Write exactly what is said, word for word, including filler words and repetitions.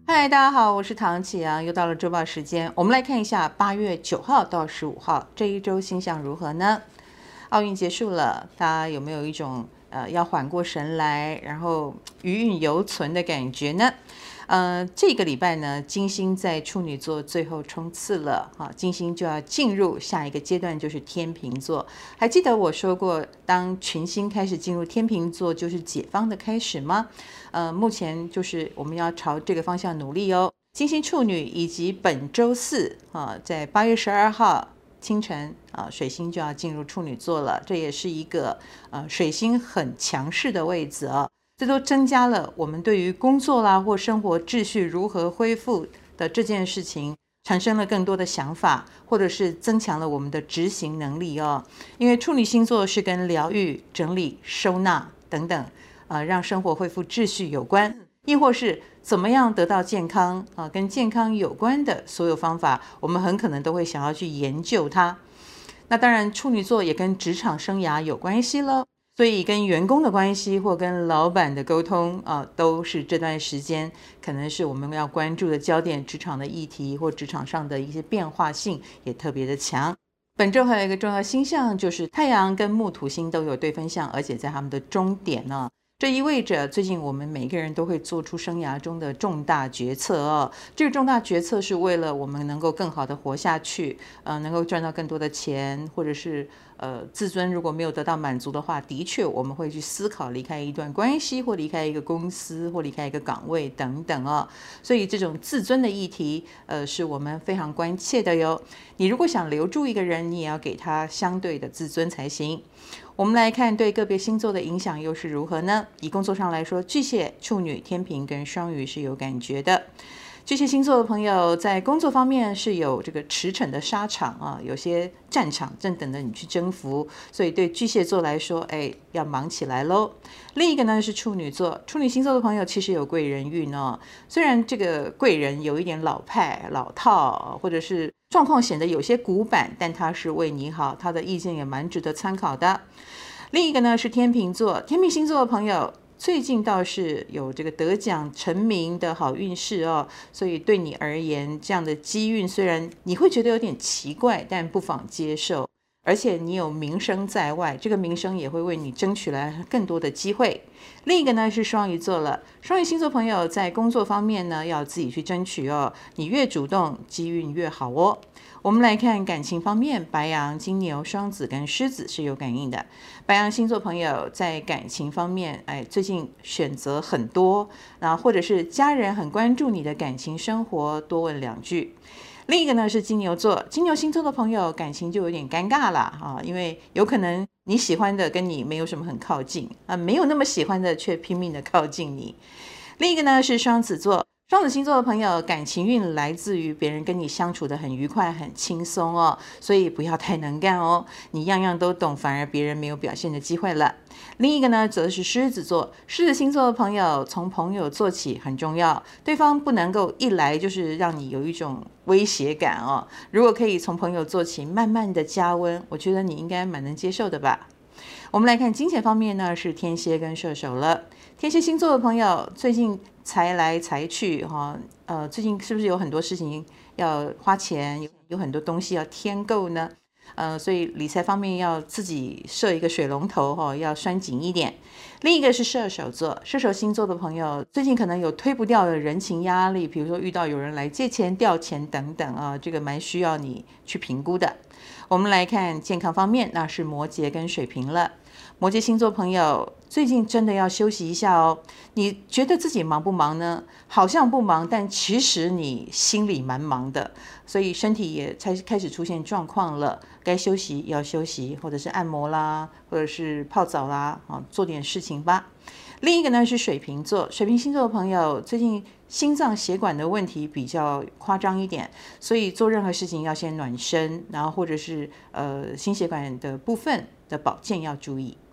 嗨，大家好，我是唐启阳，又到了周报时间，我们来看一下八月九号到十五号这一周星象如何呢？奥运结束了，大家有没有一种呃要缓过神来，然后余韵犹存的感觉呢？呃，这个礼拜呢，金星在处女座最后冲刺了啊，金星就要进入下一个阶段，就是天秤座。还记得我说过，当群星开始进入天秤座，就是解放的开始吗？呃，目前就是我们要朝这个方向努力哦。金星处女以及本周四啊，在八月十二号清晨啊，水星就要进入处女座了，这也是一个呃水星很强势的位置啊。这都增加了我们对于工作啦或生活秩序如何恢复的这件事情，产生了更多的想法，或者是增强了我们的执行能力哦。因为处女星座是跟疗愈、整理、收纳等等，呃，让生活恢复秩序有关，亦或是怎么样得到健康啊、呃，跟健康有关的所有方法，我们很可能都会想要去研究它。那当然，处女座也跟职场生涯有关系喽。所以跟员工的关系或跟老板的沟通啊、呃，都是这段时间可能是我们要关注的焦点，职场的议题或职场上的一些变化性也特别的强。本周还有一个重要星象，就是太阳跟木土星都有对分相，而且在他们的终点呢、哦。这意味着最近我们每个人都会做出生涯中的重大决策哦。这个重大决策是为了我们能够更好的活下去，呃，能够赚到更多的钱，或者是呃自尊如果没有得到满足的话，的确我们会去思考离开一段关系，或离开一个公司，或离开一个岗位等等哦。所以这种自尊的议题，呃，是我们非常关切的哟。你如果想留住一个人，你也要给他相对的自尊才行。我们来看对个别星座的影响又是如何呢？以工作上来说，巨蟹、处女、天秤跟双鱼是有感觉的。巨蟹星座的朋友在工作方面是有这个驰骋的沙场啊，有些战场正等着你去征服，所以对巨蟹座来说，哎，要忙起来喽。另一个呢是处女座，处女星座的朋友其实有贵人运哦，虽然这个贵人有一点老派、老套，或者是状况显得有些古板，但他是为你好，他的意见也蛮值得参考的。另一个呢是天秤座，天秤星座的朋友最近倒是有这个得奖成名的好运势哦，所以对你而言，这样的机运虽然你会觉得有点奇怪，但不妨接受。而且你有名声在外，这个名声也会为你争取来更多的机会。另一个呢是双鱼座了，双鱼星座朋友在工作方面呢要自己去争取哦，你越主动，机运越好哦。我们来看感情方面，白羊、金牛、双子跟狮子是有感应的。白羊星座朋友在感情方面，哎，最近选择很多，然后或者是家人很关注你的感情生活，多问两句。另一个呢是金牛座，金牛星座的朋友感情就有点尴尬了啊，因为有可能你喜欢的跟你没有什么很靠近啊，没有那么喜欢的却拼命的靠近你。另一个呢是双子座，双子星座的朋友感情运来自于别人跟你相处的很愉快很轻松哦，所以不要太能干哦，你样样都懂，反而别人没有表现的机会了。另一个呢则是狮子座，狮子星座的朋友从朋友做起很重要，对方不能够一来就是让你有一种威胁感哦，如果可以从朋友做起，慢慢的加温，我觉得你应该蛮能接受的吧。我们来看金钱方面呢，是天蝎跟射手了。天蝎星座的朋友最近财来财去哈，呃，最近是不是有很多事情要花钱，有有很多东西要添购呢？呃，所以理财方面要自己设一个水龙头哈、哦，要拴紧一点。另一个是射手座，射手星座的朋友最近可能有推不掉的人情压力，比如说遇到有人来借钱、调钱等等啊，这个蛮需要你去评估的。我们来看健康方面，那是摩羯跟水瓶了。摩羯星座朋友最近真的要休息一下哦。你觉得自己忙不忙呢？好像不忙，但其实你心里蛮忙的，所以身体也才开始出现状况了。该休息要休息，或者是按摩啦，或者是泡澡啦，啊，做点事情吧。另一个呢是水瓶座，水瓶星座的朋友最近心脏血管的问题比较夸张一点，所以做任何事情要先暖身，然后或者是呃心血管的部分的保健要注意。